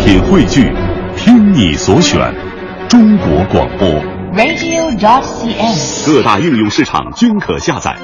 品汇聚，听你所选，中国广播 radio.cn， 各大应用市场均可下载。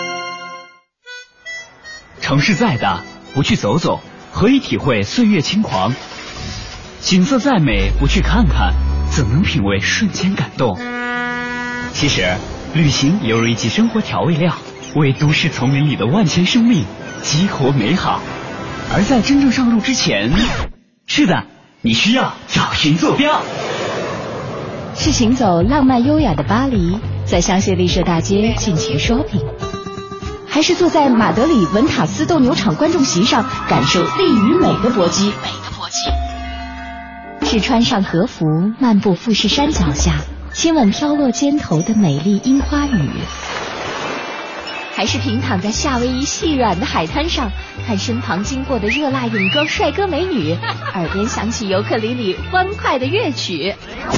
城市再大，不去走走，何以体会岁月轻狂？景色再美，不去看看，怎能品味瞬间感动？其实，旅行犹如一剂生活调味料，为都市丛林里的万千生命激活美好。而在真正上路之前，是的，你需要找寻坐标。 是行走浪漫优雅的巴黎，在香榭丽舍大街尽情 shopping， 还是坐在马德里文塔斯斗牛场观众席上感受力与美的搏击？是穿上和服漫步富士山脚下，亲吻飘落肩头的美丽樱花雨？还是平躺在夏威夷细软的海滩上，看身旁经过的热辣泳装帅哥美女，耳边响起尤克里里欢快的乐曲？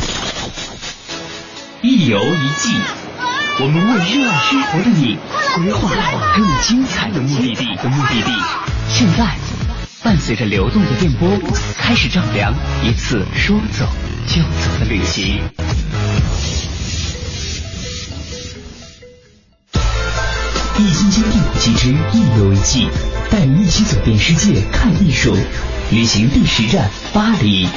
一游一季，我们为热爱生活的你规划了更精彩的目的地。现在，伴随着流动的电波，开始丈量一次说走就走的旅行。易筋经第5季之一游一季，带你一起走遍世界看艺术，旅行第10站巴黎。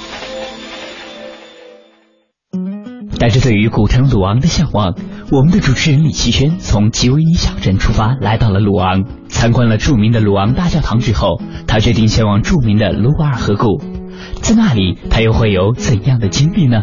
带着对于古城鲁昂的向往，我们的主持人李奇轩从吉维尼小镇出发，来到了鲁昂，参观了著名的鲁昂大教堂之后，他决定前往著名的卢瓦尔河谷。在那里，他又会有怎样的经历呢？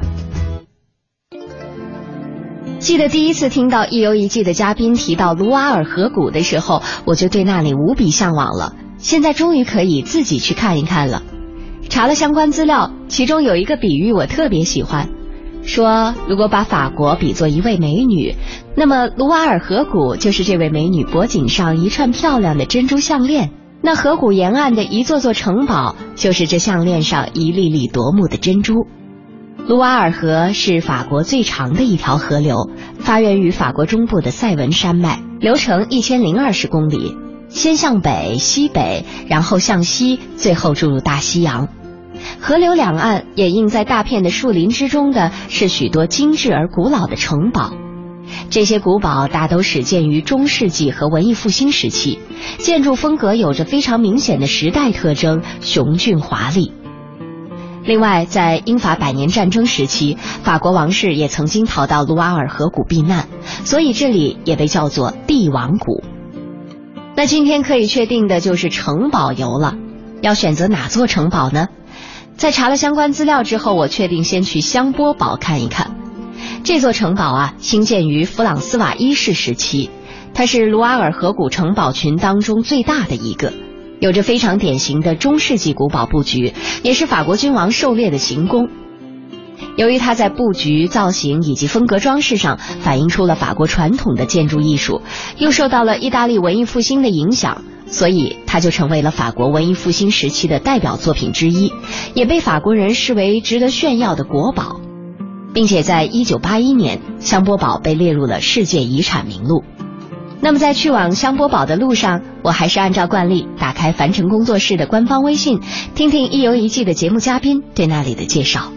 记得第一次听到一游一季的嘉宾提到卢瓦尔河谷的时候，我就对那里无比向往了。现在终于可以自己去看一看了。查了相关资料，其中有一个比喻我特别喜欢，说如果把法国比作一位美女，那么卢瓦尔河谷就是这位美女脖颈上一串漂亮的珍珠项链，那河谷沿岸的一座座城堡就是这项链上一粒粒夺目的珍珠。卢瓦尔河是法国最长的一条河流，发源于法国中部的塞文山脉，流程1020公里，先向北、西北，然后向西，最后注入大西洋。河流两岸掩映在大片的树林之中的是许多精致而古老的城堡，这些古堡大都始建于中世纪和文艺复兴时期，建筑风格有着非常明显的时代特征，雄峻华丽。另外，在英法百年战争时期，法国王室也曾经逃到卢瓦尔河谷避难，所以这里也被叫做帝王谷。那今天可以确定的就是城堡游了，要选择哪座城堡呢？在查了相关资料之后，我确定先去香波堡看一看。这座城堡啊，兴建于弗朗斯瓦一世时期，它是卢瓦尔河谷城堡群当中最大的一个，有着非常典型的中世纪古堡布局，也是法国君王狩猎的行宫。由于它在布局、造型以及风格装饰上反映出了法国传统的建筑艺术，又受到了意大利文艺复兴的影响，所以它就成为了法国文艺复兴时期的代表作品之一，也被法国人视为值得炫耀的国宝，并且在1981年，香波堡被列入了世界遗产名录。那么在去往香波堡的路上，我还是按照惯例打开凡尘工作室的官方微信，听听一游一季的节目嘉宾对那里的介绍。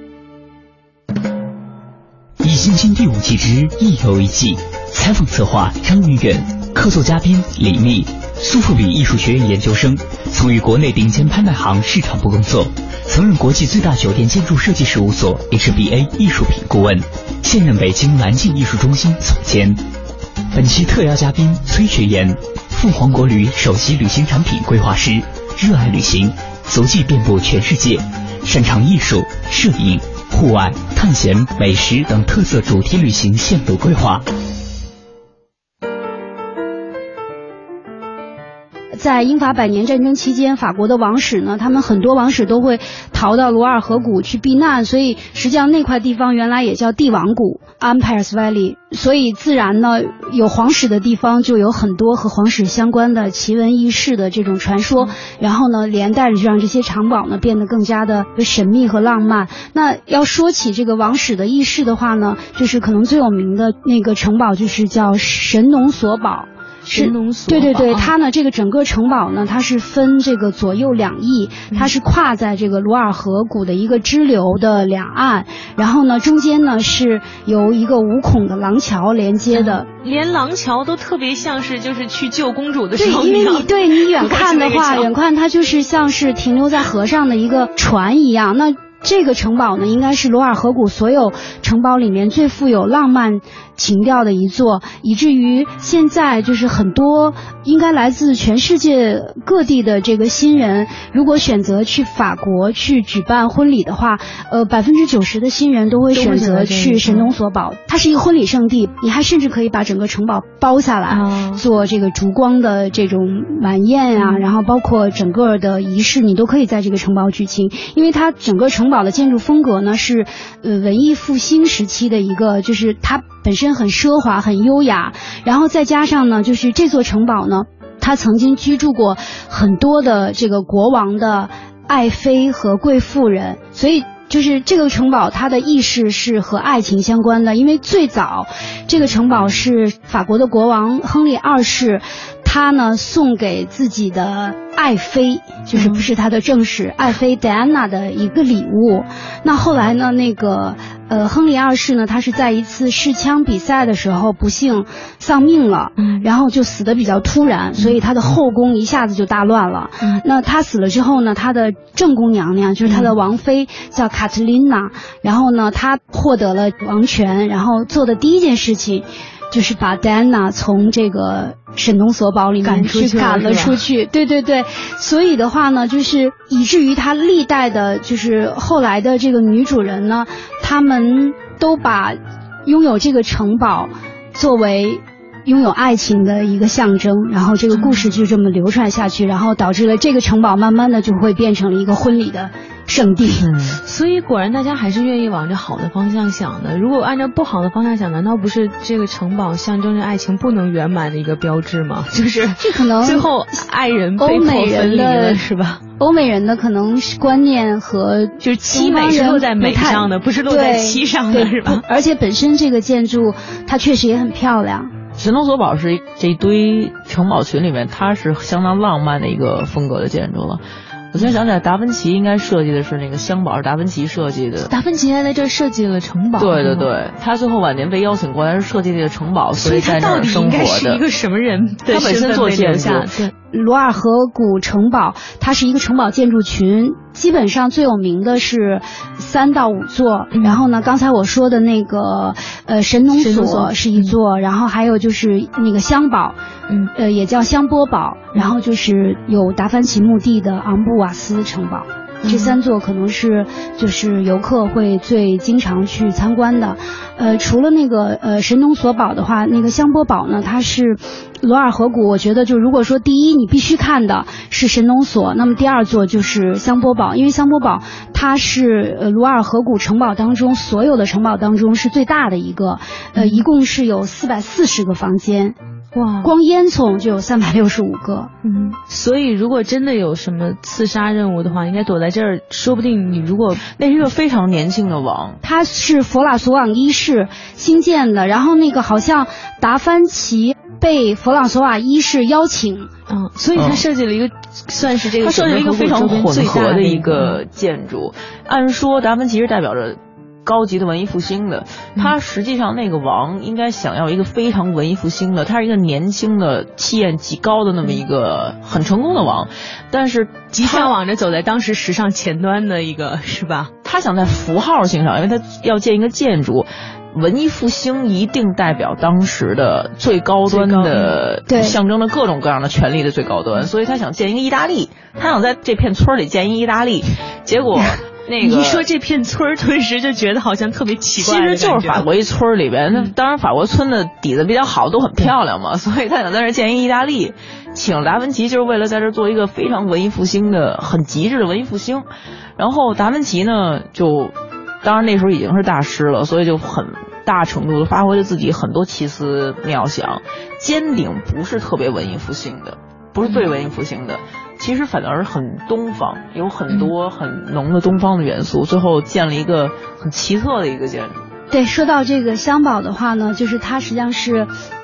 易筋经第5季之一游一季，采访策划张云远，客座嘉宾李密，苏富比艺术学院研究生，曾于国内顶尖拍卖行市场部工作，曾任国际最大酒店建筑设计事务所 HBA 艺术品顾问，现任北京蓝镜艺术中心总监。本期特邀嘉宾崔学言，凤凰国旅首席旅行产品规划师，热爱旅行，足迹遍布全世界，擅长艺术、摄影、户外、探险、美食等特色主题旅行线路规划。 在英法百年战争期间，法国的王室呢，他们很多王室都会逃到卢瓦尔河谷去避难，所以实际上那块地方原来也叫帝王谷 Empire's Valley， 所以自然呢，有皇室的地方就有很多和皇室相关的奇闻异事的这种传说，然后呢，连带着就让这些城堡呢变得更加的神秘和浪漫。那要说起这个王室的轶事的话呢，就是可能最有名的那个城堡就是叫神农索堡。 神农所对对对，它呢这个整个城堡呢，它是分这个左右两翼，它是跨在这个鲁尔河谷的一个支流的两岸，然后呢中间呢是由一个5孔的廊桥连接的， 连廊桥都特别像是就是去救公主的时候， 对，因为你远看的话，远看它就是像是停留在河上的一个船一样。那这个城堡呢，应该是鲁尔河谷所有城堡里面最富有浪漫情调的一座，以至于现在就是很多应该来自全世界各地的这个新人，如果选择去法国去举办婚礼的话，90%的新人都会选择去神农所堡，它是一个婚礼圣地，你还甚至可以把整个城堡包下来，做这个烛光的这种晚宴啊，然后包括整个的仪式你都可以在这个城堡举行，因为它整个城堡的建筑风格呢是文艺复兴时期的一个，就是它本身很奢华很优雅，然后再加上呢就是这座城堡呢它曾经居住过很多的这个国王的爱妃和贵妇人，所以就是这个城堡它的意识是和爱情相关的，因为最早这个城堡是法国的国王亨利2世，他呢送给自己的爱妃，就是不是他的正室爱妃戴安娜的一个礼物。那后来呢那个亨利2世呢，他是在一次试枪比赛的时候不幸丧命了，然后就死得比较突然，所以他的后宫一下子就大乱了。那他死了之后呢，他的正宫娘娘就是他的王妃叫卡特琳娜，然后呢他获得了王权，然后做的第一件事情就是把戴安娜从这个神农所堡里面去赶了出去。对对对，所以的话呢，就是以至于他历代的就是后来的这个女主人呢，他们都把拥有这个城堡作为拥有爱情的一个象征，然后这个故事就这么流传下去，然后导致了这个城堡慢慢的就会变成了一个婚礼的圣地。 所以果然大家还是愿意往着好的方向想的，如果按照不好的方向想，难道不是这个城堡象征着爱情不能圆满的一个标志吗？就是这可能最后爱人被迫分离了，是吧？ 欧美人的可能观念和就是妻美是落在美上的，不是落在妻上的，是吧？ 而且本身这个建筑它确实也很漂亮。 神农所堡是这一堆城堡群里面，它是相当浪漫的一个风格的建筑了。我现在想起来，达芬奇应该设计的是那个香堡，是达芬奇设计的。 达芬奇还在这设计了城堡。 对对对，他最后晚年被邀请过来是设计这个城堡，所以在那儿生活的。 他到底应该是一个什么人？ 他本身做建筑。 鲁尔河谷城堡，它是一个城堡建筑群，基本上最有名的是3到5座，然后呢，刚才我说的那个神农所是一座，然后还有就是那个香堡，也叫香波堡，然后就是有达芬奇墓地的昂布瓦斯城堡。这3座可能是就是游客会最经常去参观的。除了那个神农所堡的话，那个香波堡呢，它是鲁尔河谷，我觉得就如果说第一你必须看的是神农所，那么第2座就是香波堡，因为香波堡它是鲁尔河谷城堡当中所有的城堡当中是最大的一个，一共是有440个房间。哇，光烟囱就有365个。 所以如果真的有什么刺杀任务的话，应该躲在这儿，说不定你如果那是一个非常年轻的王， 他是弗朗索瓦1世兴建的，然后那个好像达芬奇被弗朗索瓦1世邀请， 所以他设计了一个算是这个， 他设计了一个非常混合的一个建筑。按说达芬奇是代表着高级的文艺复兴的，他实际上那个王应该想要一个非常文艺复兴的，他是一个年轻的气焰极高的那么一个很成功的王，但是极向往着走在当时时尚前端的一个，是吧？ 他想在符号性上，因为他要建一个建筑，文艺复兴一定代表当时的最高端的，象征着各种各样的权力的最高端，所以他想建一个意大利，他想在这片村里建一意大利，结果那个你说这片村顿时就觉得好像特别奇怪， 其实就是法国一村里边，那当然法国村的底子比较好，都很漂亮嘛，所以他想在这建一意大利，请达芬奇就是为了在这做一个非常文艺复兴的很极致的文艺复兴。然后达芬奇呢就当然那时候已经是大师了，所以就很大程度的发挥了自己很多奇思妙想。尖顶不是特别文艺复兴的，不是最文艺复兴的，其实反而很东方，有很多很浓的东方的元素，最后建了一个很奇特的一个建筑。 对，说到这个香堡的话呢，就是它实际上是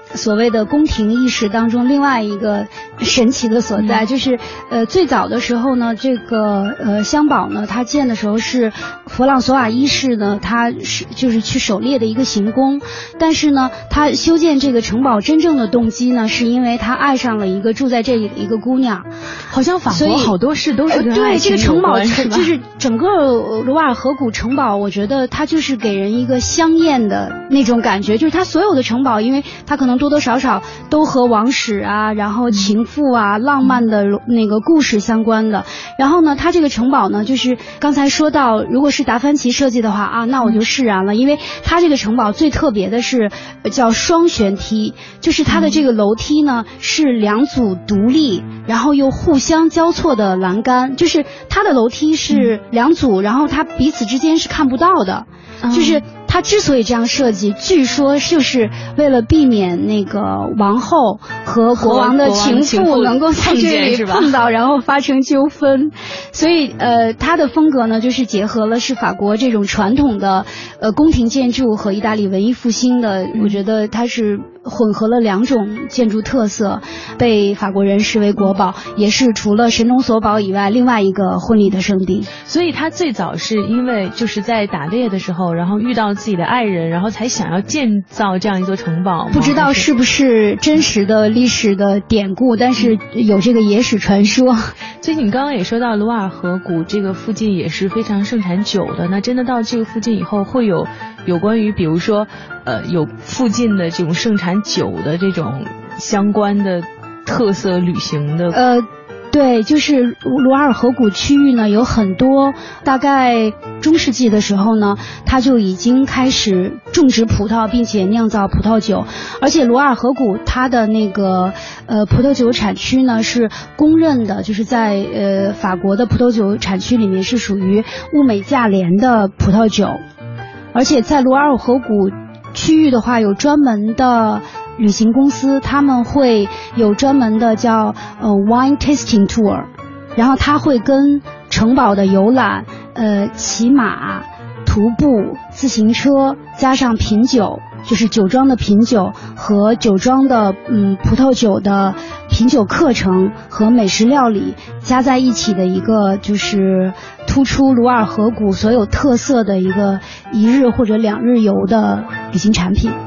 所谓的宫廷意识当中另外一个神奇的所在，就是最早的时候呢，这个香堡呢，它建的时候是弗朗索瓦一世呢，他就是去狩猎的一个行宫，但是呢，他修建这个城堡真正的动机呢，是因为他爱上了一个住在这里的一个姑娘。 好像法国好多事都是跟爱情有关， 对，这个城堡是吧？ 就是整个卢瓦尔河谷城堡，我觉得它就是给人一个香艳的那种感觉，就是它所有的城堡，因为它可能多多少少都和王室啊，然后情妇啊、浪漫的那个故事相关的。然后呢，它这个城堡呢，就是刚才说到，如果是达芬奇设计的话啊，那我就释然了，因为它这个城堡最特别的是叫双旋梯，就是它的这个楼梯呢是两组独立，然后又互相交错的栏杆，就是它的楼梯是两组，然后它彼此之间是看不到的，就是它之所以这样设计，据说就是为了避免那个王后和国王的情妇能够在这里碰到，然后发生纠纷。所以它的风格呢，就是结合了是法国这种传统的宫廷建筑和意大利文艺复兴的，我觉得它是混合了两种建筑特色，被法国人视为国宝，也是除了神农索堡以外另外一个婚礼的圣地。 所以他最早是因为就是在打猎的时候，然后遇到自己的爱人，然后才想要建造这样一座城堡。 不知道是不是真实的历史的典故，但是有这个野史传说。 最近你刚刚也说到卢瓦尔河谷这个附近也是非常盛产酒的，那真的到这个附近以后会有关于比如说有附近的这种盛产酒的这种相关的特色旅行的对，就是卢瓦尔河谷区域呢，有很多，大概中世纪的时候呢，它就已经开始种植葡萄，并且酿造葡萄酒。而且卢瓦尔河谷它的那个葡萄酒产区呢是公认的，就是在法国的葡萄酒产区里面是属于物美价廉的葡萄酒。而且在卢瓦尔河谷区域的话，有专门的旅行公司，他们会有专门的叫wine tasting tour， 然后他会跟城堡的游览、骑马、徒步、自行车加上品酒，就是酒庄的品酒和酒庄的葡萄酒的品酒课程和美食料理加在一起的一个，就是突出卢瓦尔河谷所有特色的一个1日或者2日游的旅行产品。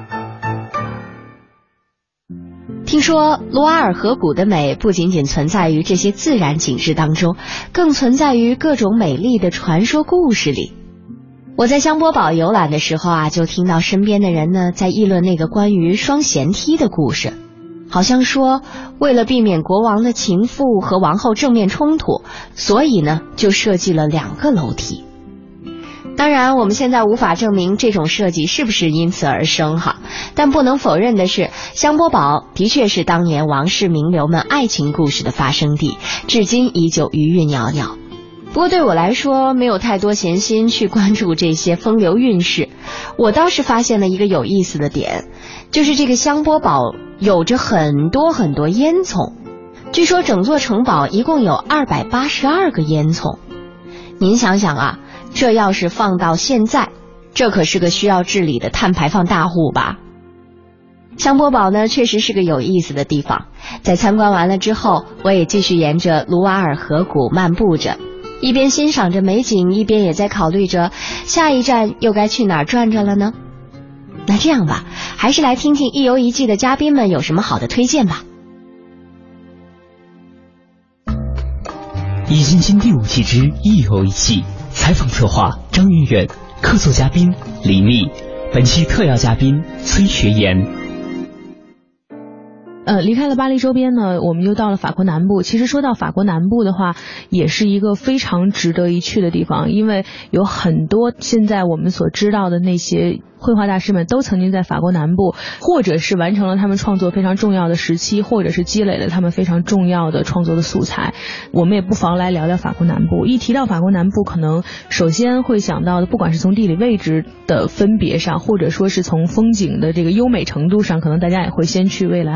听说卢瓦尔河谷的美不仅仅存在于这些自然景致当中，更存在于各种美丽的传说故事里。我在香波堡游览的时候啊，就听到身边的人呢在议论那个关于双弦梯的故事，好像说为了避免国王的情妇和王后正面冲突，所以呢就设计了2个楼梯。当然我们现在无法证明这种设计是不是因此而生哈，但不能否认的是，香波堡的确是当年王室名流们爱情故事的发生地，至今依旧余韵袅袅。不过对我来说，没有太多闲心去关注这些风流韵事。我倒是发现了一个有意思的点，就是这个香波堡有着很多很多烟囱，据说整座城堡一共有282个烟囱。您想想啊，这要是放到现在，这可是个需要治理的碳排放大户吧。香波堡呢确实是个有意思的地方，在参观完了之后，我也继续沿着卢瓦尔河谷漫步着，一边欣赏着美景，一边也在考虑着下一站又该去哪儿转转了呢。那这样吧，还是来听听一游一季的嘉宾们有什么好的推荐吧。 《易筋经》第5季之一游一季，采访策划张云远，客座嘉宾李密，本期特邀嘉宾崔学言。 离开了巴黎周边呢，我们又到了法国南部。其实说到法国南部的话，也是一个非常值得一去的地方，因为有很多现在我们所知道的那些绘画大师们都曾经在法国南部，或者是完成了他们创作非常重要的时期，或者是积累了他们非常重要的创作的素材。我们也不妨来聊聊法国南部。一提到法国南部，可能首先会想到的，不管是从地理位置的分别上，或者说是从风景的这个优美程度上，可能大家也会先去蔚蓝海岸。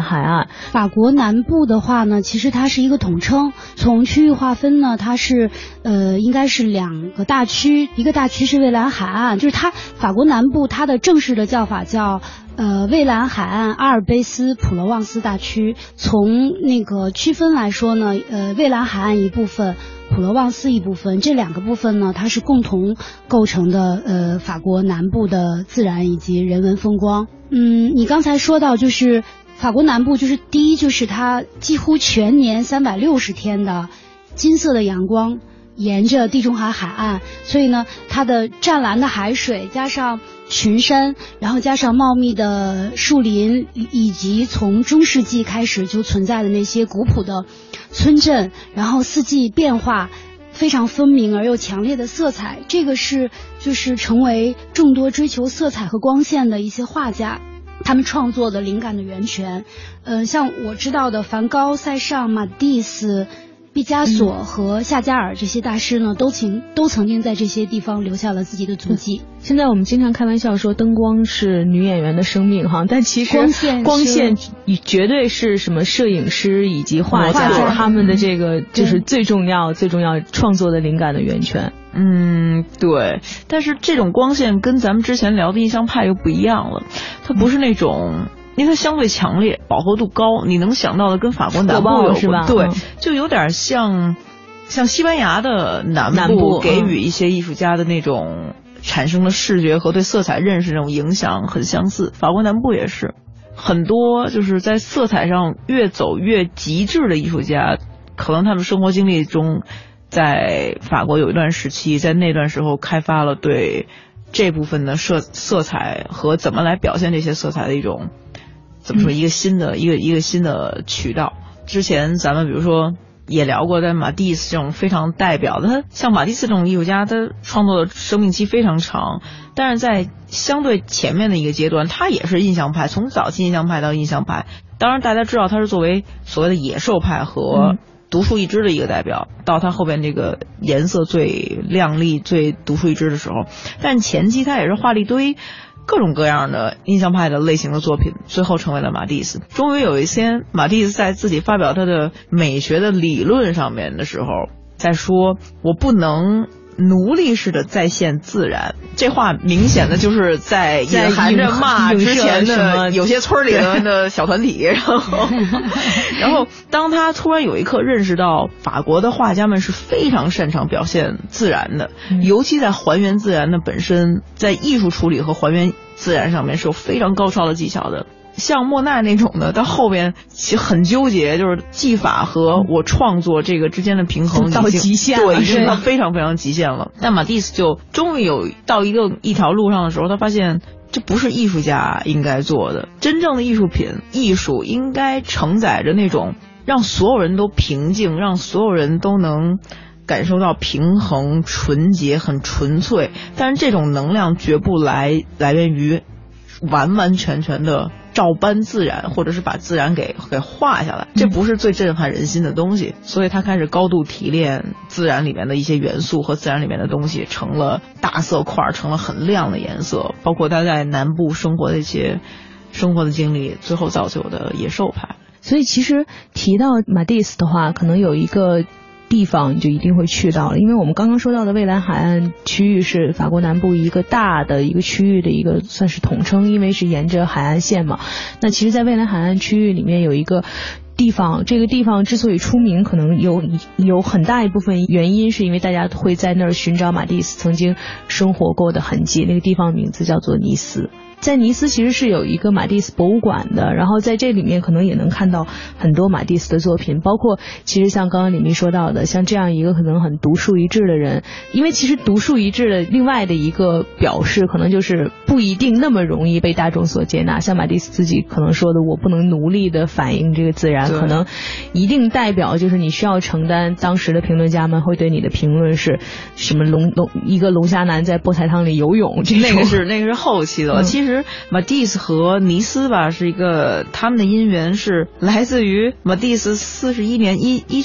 案。 法国南部的话呢，其实它是一个统称，从区域划分呢，它是应该是2个大区，一个大区是蔚蓝海岸，就是它法国南部它的正式的叫法叫蔚蓝海岸阿尔卑斯普罗旺斯大区。从那个区分来说呢，蔚蓝海岸一部分，普罗旺斯一部分，这2个部分呢，它是共同构成的法国南部的自然以及人文风光。你刚才说到就是法国南部，就是第一就是它几乎全年360天的金色的阳光沿着地中海海岸，所以呢它的湛蓝的海水加上群山，然后加上茂密的树林，以及从中世纪开始就存在的那些古朴的村镇，然后四季变化非常分明而又强烈的色彩，这个是就是成为众多追求色彩和光线的一些画家他们创作的灵感的源泉。像我知道的梵高、塞尚、马蒂斯、毕加索和夏加尔这些大师呢，都曾经在这些地方留下了自己的足迹。 现在我们经常开玩笑说灯光是女演员的生命哈，但其实光线绝对是什么摄影师以及画家他们的这个就是最重要创作的灵感的源泉。 对，但是这种光线跟咱们之前聊的印象派又不一样了，它不是那种因为它相对强烈，饱和度高，你能想到的跟法国南部有是吧？ 对，就有点像西班牙的南部给予一些艺术家的那种产生的视觉和对色彩认识那种影响很相似。法国南部也是很多就是在色彩上越走越极致的艺术家，可能他们生活经历中在法国有一段时期，在那段时候开发了对这部分的色彩和怎么来表现这些色彩的一种怎么说一个新的渠道。之前咱们比如说也聊过，在马蒂斯这种非常代表的，他像马蒂斯这种艺术家，他创作的生命期非常长，但是在相对前面的一个阶段，他也是印象派，从早期印象派到印象派。当然大家知道他是作为所谓的野兽派和独树一帜的一个代表，到他后边这个颜色最亮丽最独树一帜的时候，但前期他也是画了一堆各种各样的印象派的类型的作品，最后成为了马蒂斯。终于有一天，马蒂斯在自己发表他的美学的理论上面的时候，在说我不能奴隶式的再现自然，这话明显的就是在隐含着骂之前的有些村里的小团体。然后当他突然有一刻认识到法国的画家们是非常擅长表现自然的，尤其在还原自然的本身，在艺术处理和还原自然上面是有非常高超的技巧的。像莫奈那种的，到后边其实很纠结，就是技法和我创作这个之间的平衡到极限了， 对，已经到非常非常极限了。但马蒂斯就终于有到一条路上的时候，他发现这不是艺术家应该做的，真正的艺术应该承载着那种让所有人都平静，让所有人都能感受到平衡、纯洁、很纯粹，但是这种能量绝不来源于完完全全的照搬自然，或者是把自然给画下来，这不是最震撼人心的东西。所以他开始高度提炼自然里面的一些元素和自然里面的东西，成了大色块，成了很亮的颜色，包括他在南部生活的一些生活的经历，最后造就的野兽派。 所以其实提到马蒂斯的话，可能有一个地方你就一定会去到了，因为我们刚刚说到的蔚蓝海岸区域是法国南部一个大的一个区域的一个算是统称，因为是沿着海岸线嘛。那其实在蔚蓝海岸区域里面有一个地方，这个地方之所以出名，可能有很大一部分原因是因为大家会在那儿寻找马蒂斯曾经生活过的痕迹，那个地方名字叫做尼斯。在尼斯其实是有一个马蒂斯博物馆的，然后在这里面可能也能看到很多马蒂斯的作品，包括其实像刚刚李密说到的，像这样一个可能很独树一帜的人，因为其实独树一帜的另外的一个表示可能就是不一定那么容易被大众所接纳，像马蒂斯自己可能说的我不能奴隶的反映这个自然，可能一定代表就是你需要承担当时的评论家们会对你的评论是什么一个龙虾男在菠菜汤里游泳，这种那个是后期的。其实马蒂斯和尼斯吧是一个他们的姻缘是来自于马蒂斯41年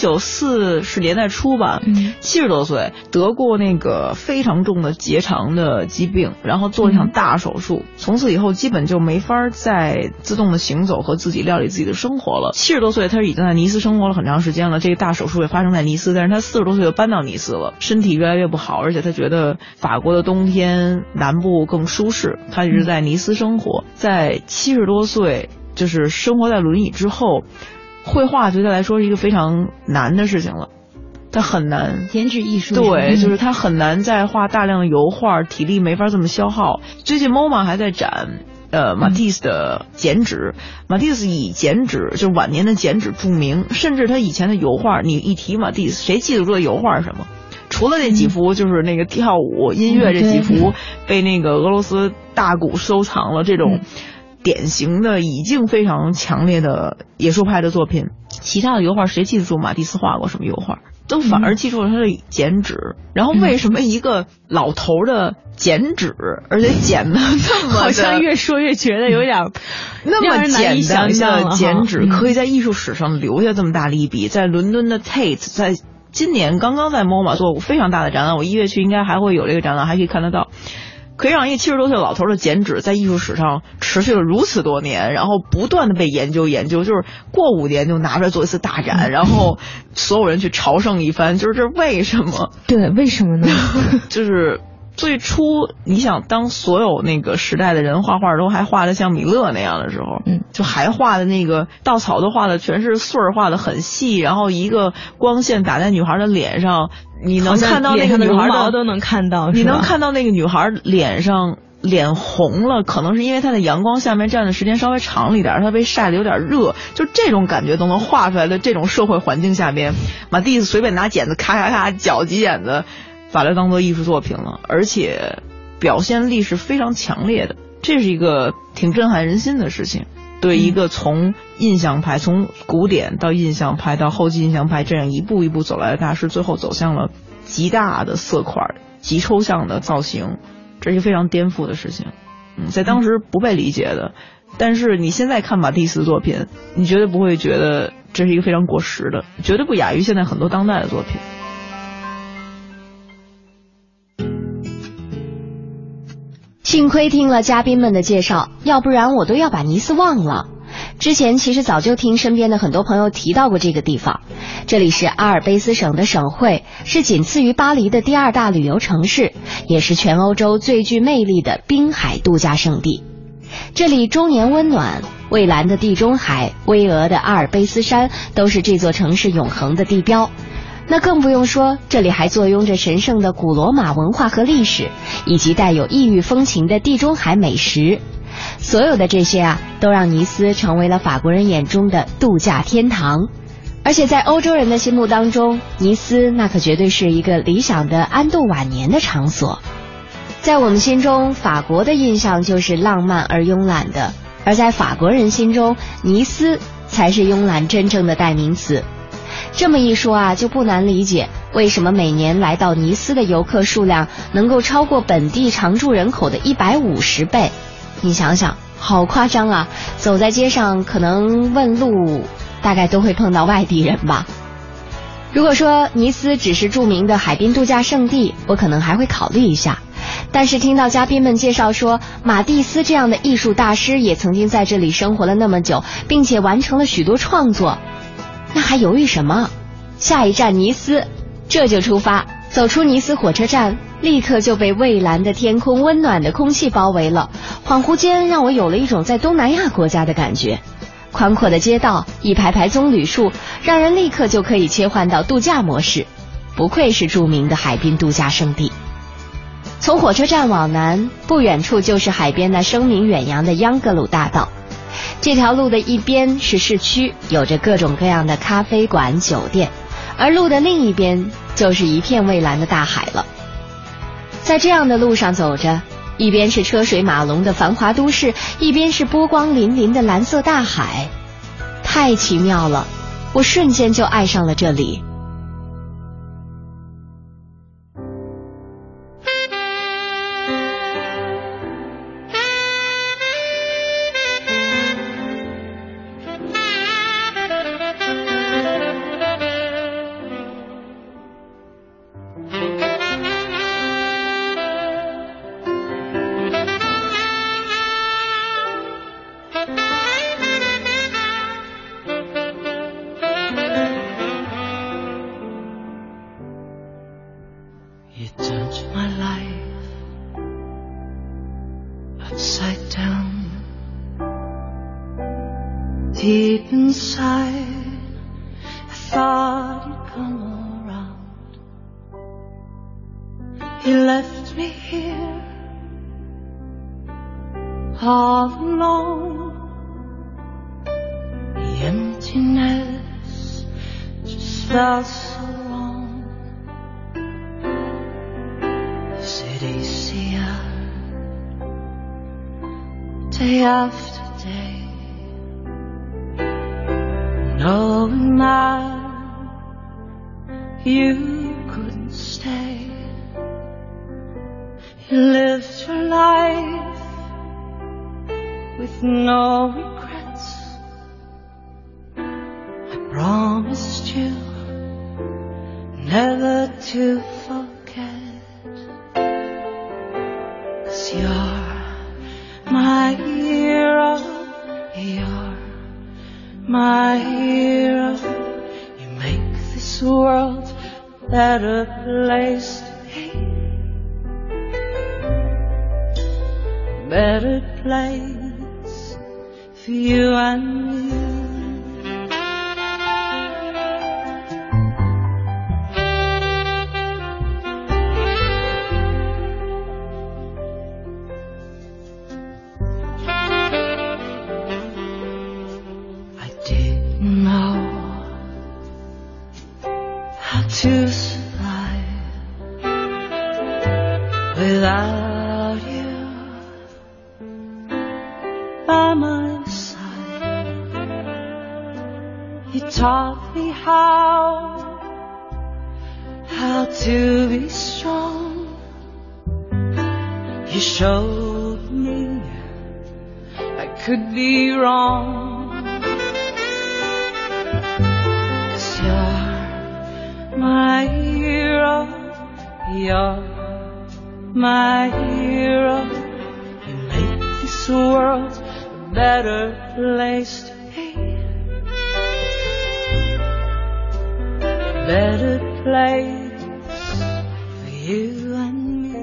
1940年代初吧，70多岁得过那个非常重的结肠的疾病，然后做了一场大手术，从此以后基本就没法再自动的行走和自己料理自己的生活了。70多岁，他已经在尼斯生活了很长时间了，这个大手术也发生在尼斯，但是他40多岁就搬到尼斯了，身体越来越不好，而且他觉得法国的冬天南部更舒适，他一直在尼斯生活。在70多岁，就是生活在轮椅之后，绘画对他来说是一个非常难的事情了。他很难剪纸艺术， 对，就是他很难再画大量的油画，体力没法这么消耗。最近 MoMA 还在展马蒂斯的剪纸，马蒂斯以剪纸就是晚年的剪纸著名，甚至他以前的油画，你一提马蒂斯，谁记得住的油画是什么？除了那几幅就是那个跳舞音乐这几幅被那个俄罗斯大鼓收藏了，这种典型的已经非常强烈的野兽派的作品，其他的油画谁记得住马蒂斯画过什么油画？都反而记住了他的剪纸。然后为什么一个老头的剪纸，而且剪的那么好像越说越觉得有点那么简单的剪纸可以在艺术史上留下这么大的一笔。在伦敦的 Tate 在今年刚刚在 MoMA 做过非常大的展览，我1月去应该还会有这个展览，还可以看得到。可以让一个70多岁的老头的剪纸在艺术史上持续了如此多年，然后不断的被研究，就是过5年就拿出来做一次大展，然后所有人去朝圣一番，就是这为什么？ 对，为什么呢？ 就是最初你想当所有那个时代的人画画都还画的像米勒那样的时候，就还画的那个稻草都画的全是穗儿，画的很细，然后一个光线打在女孩的脸上，你能看到那个女孩的都能看到， 你能看到那个女孩脸上脸红了，可能是因为她在阳光下面站的时间稍微长了一点，她被晒得有点热，就这种感觉都能画出来的。这种社会环境下边，马蒂斯随便拿剪子咔咔咔绞几剪子，把它当做艺术作品了，而且表现力是非常强烈的，这是一个挺震撼人心的事情。对一个从印象派，从古典到印象派到后期印象派这样一步一步走来的大师，最后走向了极大的色块、极抽象的造型，这是一个非常颠覆的事情。在当时不被理解的，但是你现在看马蒂斯的作品，你绝对不会觉得这是一个非常过时的，绝对不亚于现在很多当代的作品。 幸亏听了嘉宾们的介绍，要不然我都要把尼斯忘了。之前其实早就听身边的很多朋友提到过这个地方，这里是阿尔卑斯省的省会，是仅次于巴黎的第2大旅游城市，也是全欧洲最具魅力的滨海度假胜地。这里终年温暖，蔚蓝的地中海、巍峨的阿尔卑斯山都是这座城市永恒的地标。那更不用说，这里还坐拥着神圣的古罗马文化和历史，以及带有异域风情的地中海美食。所有的这些都让尼斯成为了法国人眼中的度假天堂。而且在欧洲人的心目当中，尼斯那可绝对是一个理想的安度晚年的场所。在我们心中，法国的印象就是浪漫而慵懒的，而在法国人心中，尼斯才是慵懒真正的代名词。这么一说就不难理解为什么每年来到尼斯的游客数量能够超过本地常住人口的150倍。你想想，好夸张走在街上可能问路大概都会碰到外地人吧。如果说尼斯只是著名的海滨度假胜地，我可能还会考虑一下，但是听到嘉宾们介绍说马蒂斯这样的艺术大师也曾经在这里生活了那么久，并且完成了许多创作，那还犹豫什么？下一站尼斯，这就出发。走出尼斯火车站，立刻就被蔚蓝的天空、温暖的空气包围了，恍惚间让我有了一种在东南亚国家的感觉。宽阔的街道，一排排棕榈树，让人立刻就可以切换到度假模式。不愧是著名的海滨度假胜地。从火车站往南，不远处就是海边那声名远扬的央格鲁大道。这条路的一边是市区，有着各种各样的咖啡馆、酒店，而路的另一边就是一片蔚蓝的大海了。在这样的路上走着，一边是车水马龙的繁华都市，一边是波光粼粼的蓝色大海，太奇妙了，我瞬间就爱上了这里。 Deep inside, I thought you'd come around. You left me here, all alone. The emptiness just felt so wrong. Is it easier day after day, knowing that you couldn't stay? You lived your life with no regrets. I promised you never to forget, 'cause you're my hero, you're my hero. You make this world a better place to be, a better place for you and me. To survive without you by my side. You taught me how to be strong. You showed me I could be wrong, 'cause you're my hero, you're my hero. You make this world a better place to be, a better place for you and me.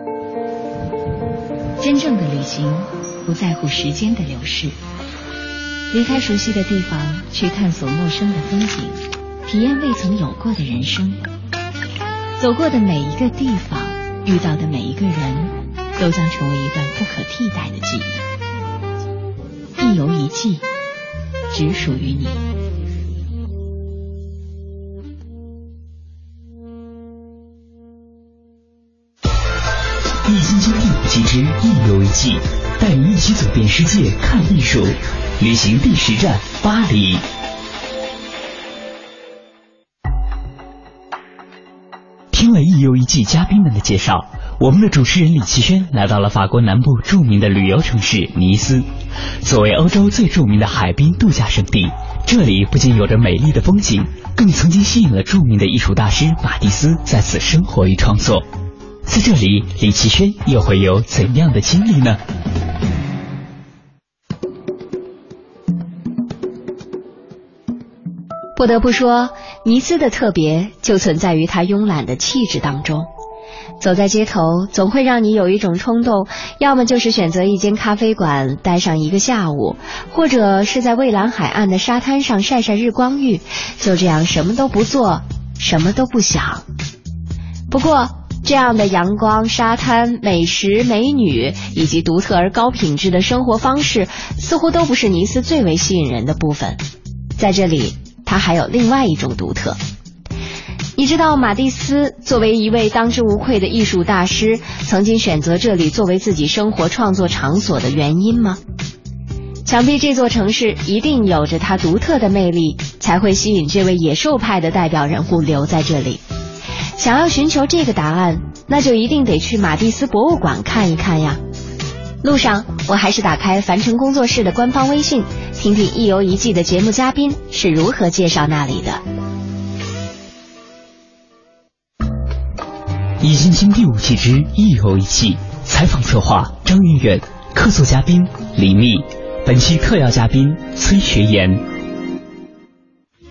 真正的旅行不在乎时间的流逝，离开熟悉的地方，去探索陌生的风景，体验未曾有过的人生。走过的每一个地方，遇到的每一个人，都将成为一段不可替代的记忆。一游一季，只属于你。 易筋经第5季之一游一季，带你一起走遍世界看艺术，旅行第10站巴黎。听了一游一季嘉宾们的介绍，我们的主持人李奇轩来到了法国南部著名的旅游城市尼斯。作为欧洲最著名的海滨度假胜地，这里不仅有着美丽的风景，更曾经吸引了著名的艺术大师马蒂斯在此生活与创作。在这里，李奇轩又会有怎样的经历呢？ 不得不说，尼斯的特别就存在于它慵懒的气质当中。走在街头，总会让你有一种冲动，要么就是选择一间咖啡馆待上一个下午，或者是在蔚蓝海岸的沙滩上晒晒日光浴，就这样什么都不做，什么都不想。不过这样的阳光、沙滩、美食、美女以及独特而高品质的生活方式，似乎都不是尼斯最为吸引人的部分。在这里，它还有另外一种独特。你知道马蒂斯作为一位当之无愧的艺术大师，曾经选择这里作为自己生活创作场所的原因吗？想必这座城市一定有着它独特的魅力，才会吸引这位野兽派的代表人物留在这里。想要寻求这个答案，那就一定得去马蒂斯博物馆看一看呀。路上我还是打开凡尘工作室的官方微信，听听一游一季的节目嘉宾是如何介绍那里的。 易筋经第5季之一游一季，采访策划张远远，客座嘉宾李密，本期特邀嘉宾崔学言。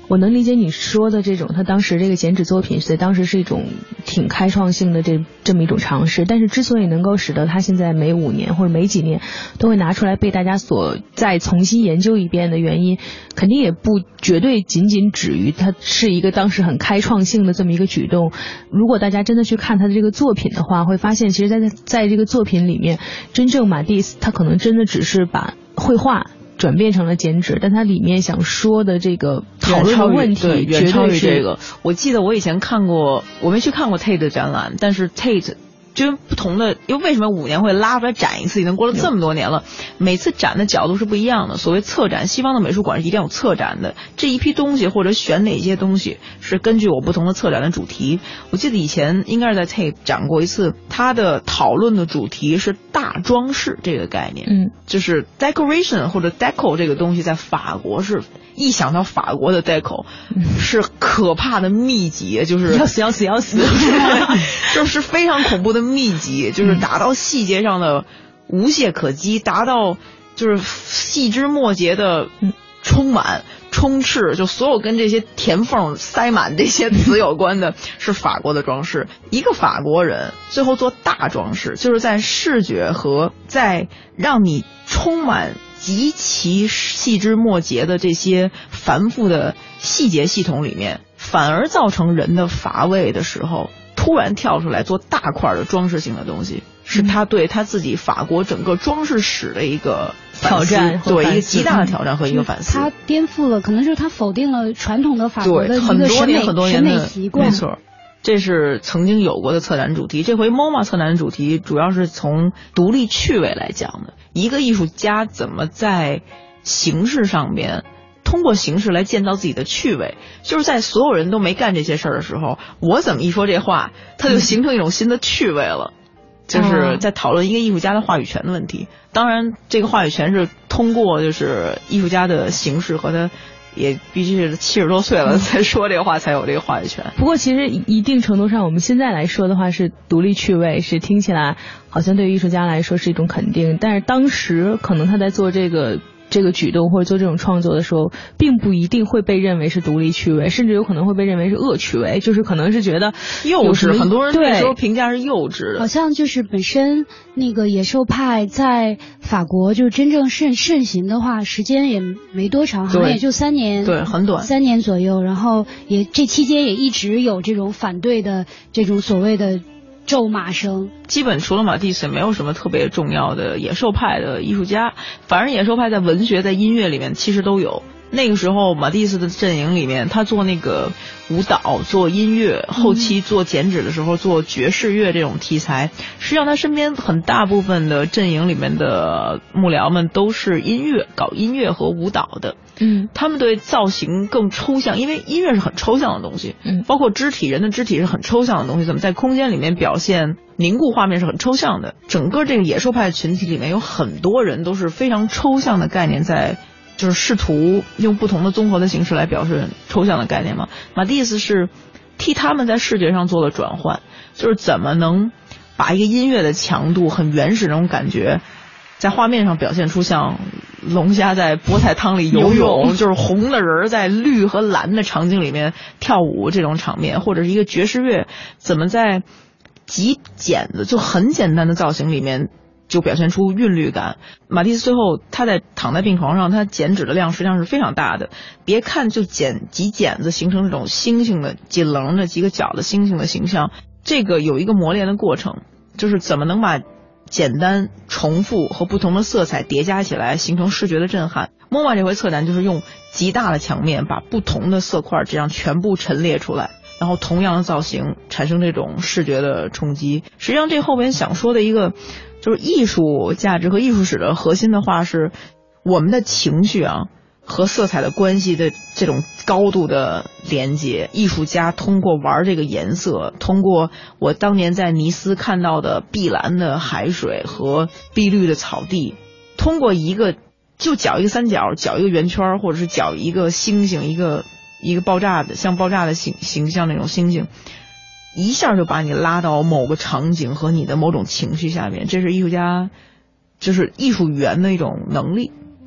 我能理解你说的这种，他当时这个剪纸作品在当时是一种挺开创性的这么一种尝试，但是之所以能够使得他现在每5年或者每几年都会拿出来被大家所再重新研究一遍的原因，肯定也不绝对仅仅止于他是一个当时很开创性的这么一个举动。如果大家真的去看他的这个作品的话，会发现其实在这个作品里面，真正马蒂斯他可能真的只是把绘画转变成了剪纸，但它里面想说的这个讨论的问题远超于这个。 我记得我以前看过，我没去看过 Tate 的展览，但是 Tate 就不同的，因为为什么5年会拉出来展一次？已经过了这么多年了，每次展的角度是不一样的。所谓策展，西方的美术馆是一定有策展的，这一批东西或者选哪些东西是根据我不同的策展的主题。我记得以前应该是在 Tate 展过一次，他的讨论的主题是大装饰这个概念，就是 decoration 或者 deco 这个东西，在法国是一想到法国的 deco 是可怕的密集，就是要死， 就是非常恐怖的密集，就是达到细节上的无懈可击，达到就是细枝末节的充满充斥，就所有跟这些填缝塞满这些词有关的是法国的装饰。一个法国人最后做大装饰，就是在视觉和在让你充满极其细枝末节的这些繁复的细节系统里面，反而造成人的乏味的时候，突然跳出来做大块的装饰性的东西，是他对他自己法国整个装饰史的一个挑战， 对，一个极大的挑战和一个反思。 他颠覆了，可能就是他否定了传统的法国的一个很多年审美习惯。 没错，这是曾经有过的策展主题。这回 MoMA 策展主题主要是从独立趣味来讲的，一个艺术家怎么在形式上面通过形式来建造自己的趣味，就是在所有人都没干这些事儿的时候，我怎么一说这话，它就形成一种新的趣味了。就是在讨论一个艺术家的话语权的问题。当然这个话语权是通过就是艺术家的形式和他也必须是70多岁了才说这个话才有这个话语权。 不过其实一定程度上我们现在来说的话是独立趣味，是听起来好像对于艺术家来说是一种肯定，但是当时可能他在做这个举动或者做这种创作的时候，并不一定会被认为是独立趣味，甚至有可能会被认为是恶趣味，就是可能是觉得幼稚，很多人那时候评价是幼稚的。 好像就是本身那个野兽派在法国就是真正盛行的话，时间也没多长，好像也就3年， 对，很短 ，3年左右。然后也这期间也一直有这种反对的这种所谓的咒骂声。 基本除了马蒂斯也没有什么特别重要的野兽派的艺术家，反而野兽派在文学在音乐里面其实都有。那个时候马蒂斯的阵营里面，他做那个舞蹈做音乐，后期做剪纸的时候做爵士乐这种题材，实际上他身边很大部分的阵营里面的幕僚们都是搞音乐和舞蹈的。他们对造型更抽象，因为音乐是很抽象的东西，包括人的肢体是很抽象的东西，怎么在空间里面表现凝固画面是很抽象的。整个这个野兽派群体里面有很多人都是非常抽象的概念在就是试图用不同的综合的形式来表示抽象的概念嘛。马蒂斯是替他们在视觉上做了转换，就是怎么能把一个音乐的强度很原始那种感觉在画面上表现出像龙虾在菠菜汤里游泳，就是红的人在绿和蓝的场景里面跳舞这种场面，或者是一个爵士乐怎么在极简的就很简单的造型里面就表现出韵律感。马蒂斯最后他躺在病床上，他剪纸的量实际上是非常大的，别看就几剪子形成这种星星的紧棱的几个角的星星的形象，这个有一个磨练的过程，就是怎么能把简单重复和不同的色彩叠加起来形成视觉的震撼。MoMA这回策展就是用极大的墙面把不同的色块这样全部陈列出来，然后同样的造型产生这种视觉的冲击。实际上这后边想说的一个就是艺术价值和艺术史的核心的话是我们的情绪和色彩的关系的这种高度的连接。艺术家通过玩这个颜色，通过我当年在尼斯看到的碧蓝的海水和碧绿的草地，通过一个就搅一个三角，搅一个圆圈，或者是搅一个星星，一个爆炸的像爆炸的形象那种星星，一下就把你拉到某个场景和你的某种情绪下面。这是艺术家就是艺术语言的一种能力。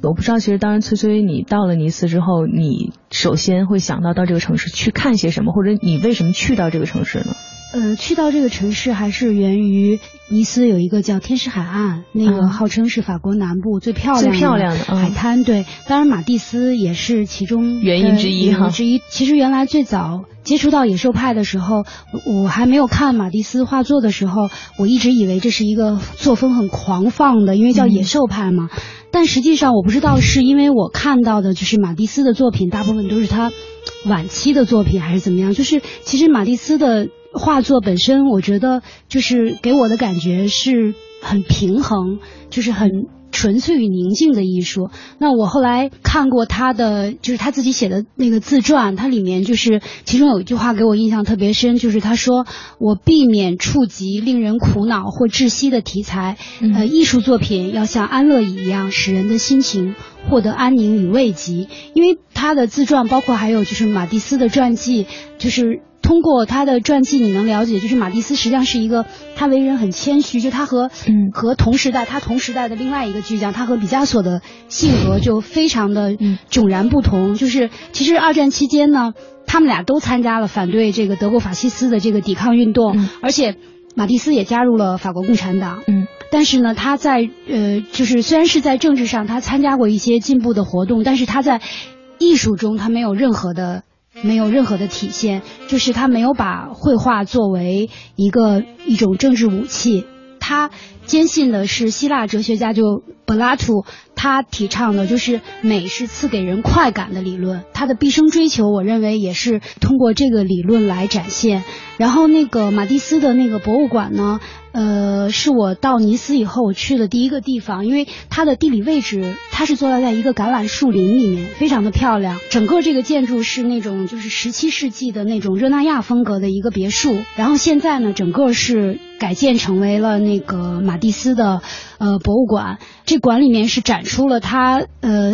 我不知道，其实当然崔崔你到了尼斯之后，你首先会想到这个城市去看些什么，或者你为什么去到这个城市呢？ 去到这个城市还是源于尼斯有一个叫天使海岸，那个号称是法国南部最漂亮的海滩。对，当然马蒂斯也是其中原因之一哈。 其实原来最早接触到野兽派的时候，我还没有看马蒂斯画作的时候，我一直以为这是一个作风很狂放的，因为叫野兽派嘛。但实际上我不知道是因为我看到的就是马蒂斯的作品大部分都是他晚期的作品还是怎么样，就是其实马蒂斯的画作本身我觉得就是给我的感觉是很平衡，就是很纯粹与宁静的艺术。那我后来看过他的就是他自己写的那个自传，他里面就是其中有一句话给我印象特别深，就是他说我避免触及令人苦恼或窒息的题材，艺术作品要像安乐椅一样使人的心情获得安宁与慰藉。因为他的自传包括还有就是马蒂斯的传记，就是通过他的传记你能了解，就是马蒂斯实际上是一个他为人很谦虚，就他和同时代的另外一个巨匠，他和毕加索的性格就非常的迥然不同。就是其实二战期间呢，他们俩都参加了反对这个德国法西斯的这个抵抗运动，而且马蒂斯也加入了法国共产党。但是呢，他在就是虽然是在政治上他参加过一些进步的活动，但是他在艺术中他没有任何的体现，就是他没有把绘画作为一种政治武器。他坚信的是希腊哲学家就柏拉图他提倡的就是美是赐给人快感的理论，他的毕生追求我认为也是通过这个理论来展现。然后那个马蒂斯的那个博物馆呢，是我到尼斯以后我去的第一个地方，因为它的地理位置它是坐落在一个橄榄树林里面，非常的漂亮。整个这个建筑是那种就是17世纪的那种热那亚风格的一个别墅，然后现在呢整个是改建成为了那个马蒂斯的博物馆。这馆里面是展出了他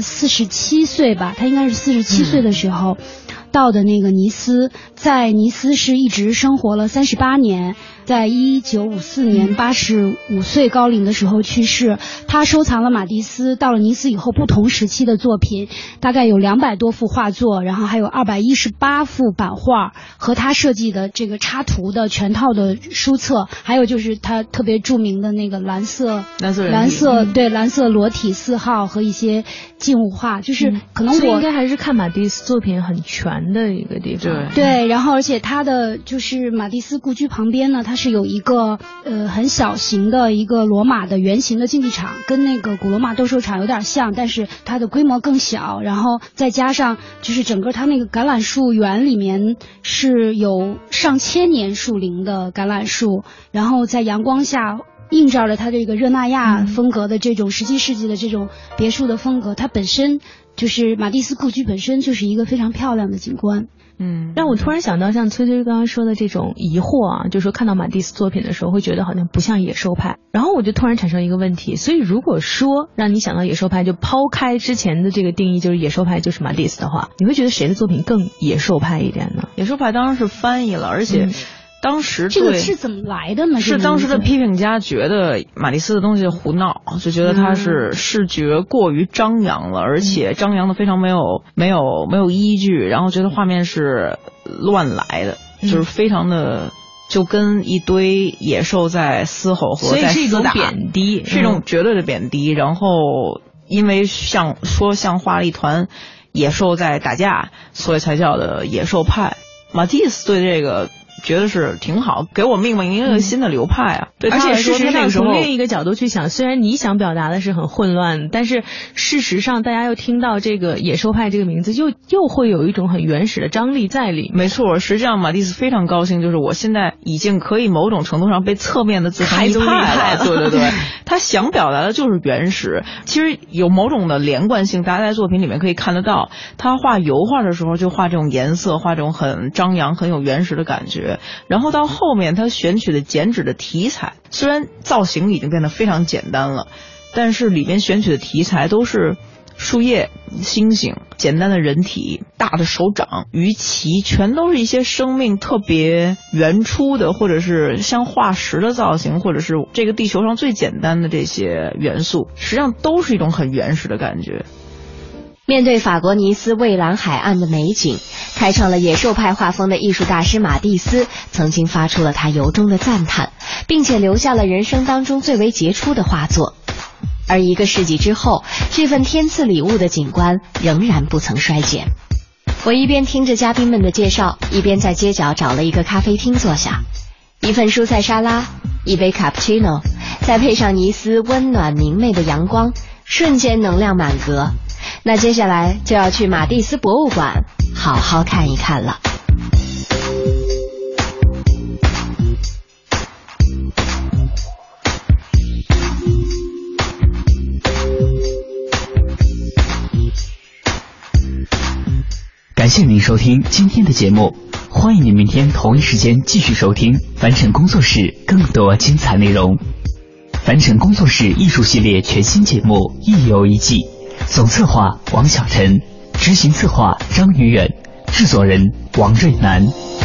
47岁吧，他应该是47岁的时候到的那个尼斯，在尼斯是一直生活了38年，在1954年85岁高龄的时候去世。他收藏了马蒂斯到了尼斯以后不同时期的作品，大概有200多幅画作，然后还有218幅版画和他设计的这个插图的全套的书册，还有就是他特别著名的那个蓝色裸体4号和一些静物画。就是可能我应该还是看马蒂斯作品很全的一个地方。 对，然后而且他的就是马蒂斯故居旁边呢，它是有一个很小型的一个罗马的圆形的竞技场，跟那个古罗马斗兽场有点像，但是它的规模更小。然后再加上就是整个它那个橄榄树园里面是有上千年树龄的橄榄树，然后在阳光下映照了它这个热那亚风格的这种17世纪的这种别墅的风格。它本身就是马蒂斯故居本身就是一个非常漂亮的景观。 让我突然想到像崔崔刚刚说的这种疑惑啊，就是说看到马蒂斯作品的时候会觉得好像不像野兽派，然后我就突然产生一个问题，所以如果说让你想到野兽派，就抛开之前的这个定义就是野兽派就是马蒂斯的话，你会觉得谁的作品更野兽派一点呢？ 野兽派当然是翻译了，而且当时这个是怎么来的呢？ 是当时的批评家觉得马蒂斯的东西胡闹，就觉得他是视觉过于张扬了，而且张扬的非常没有依据，然后觉得画面是乱来的，就是非常的就跟一堆野兽在嘶吼和在厮打， 所以是一种贬低， 是一种绝对的贬低。然后因为像画了一团野兽在打架，所以才叫的野兽派。马蒂斯对这个觉得是挺好，给我命名一个新的流派啊！对， 而且事实上从另另一个角度去想，虽然你想表达的是很混乱，但是事实上大家又听到这个野兽派这个名字，又会有一种很原始的张力在里面。 没错，实际上马蒂斯非常高兴，就是我现在已经可以某种程度上被侧面的自成一派了。对对对，他想表达的就是原始，其实有某种的连贯性，大家在作品里面可以看得到。他画油画的时候就画这种颜色，画这种很张扬、很有原始的感觉。然后到后面他选取的剪纸的题材，虽然造型已经变得非常简单了，但是里面选取的题材都是树叶、星星、简单的人体、大的手掌、鱼鳍，全都是一些生命特别原初的，或者是像化石的造型，或者是这个地球上最简单的这些元素，实际上都是一种很原始的感觉。 面对法国尼斯蔚蓝海岸的美景，开创了野兽派画风的艺术大师马蒂斯曾经发出了他由衷的赞叹，并且留下了人生当中最为杰出的画作。而1个世纪之后，这份天赐礼物的景观仍然不曾衰减。我一边听着嘉宾们的介绍，一边在街角找了一个咖啡厅坐下，一份蔬菜沙拉，一杯卡布奇诺，再配上尼斯温暖明媚的阳光，瞬间能量满格。那接下来就要去马蒂斯博物馆好好看一看了。 感谢您收听今天的节目，欢迎您明天同一时间继续收听凡尘工作室更多精彩内容。凡尘工作室艺术系列全新节目《一游一季》，总策划王小晨，执行策划张宇远，制作人王瑞南。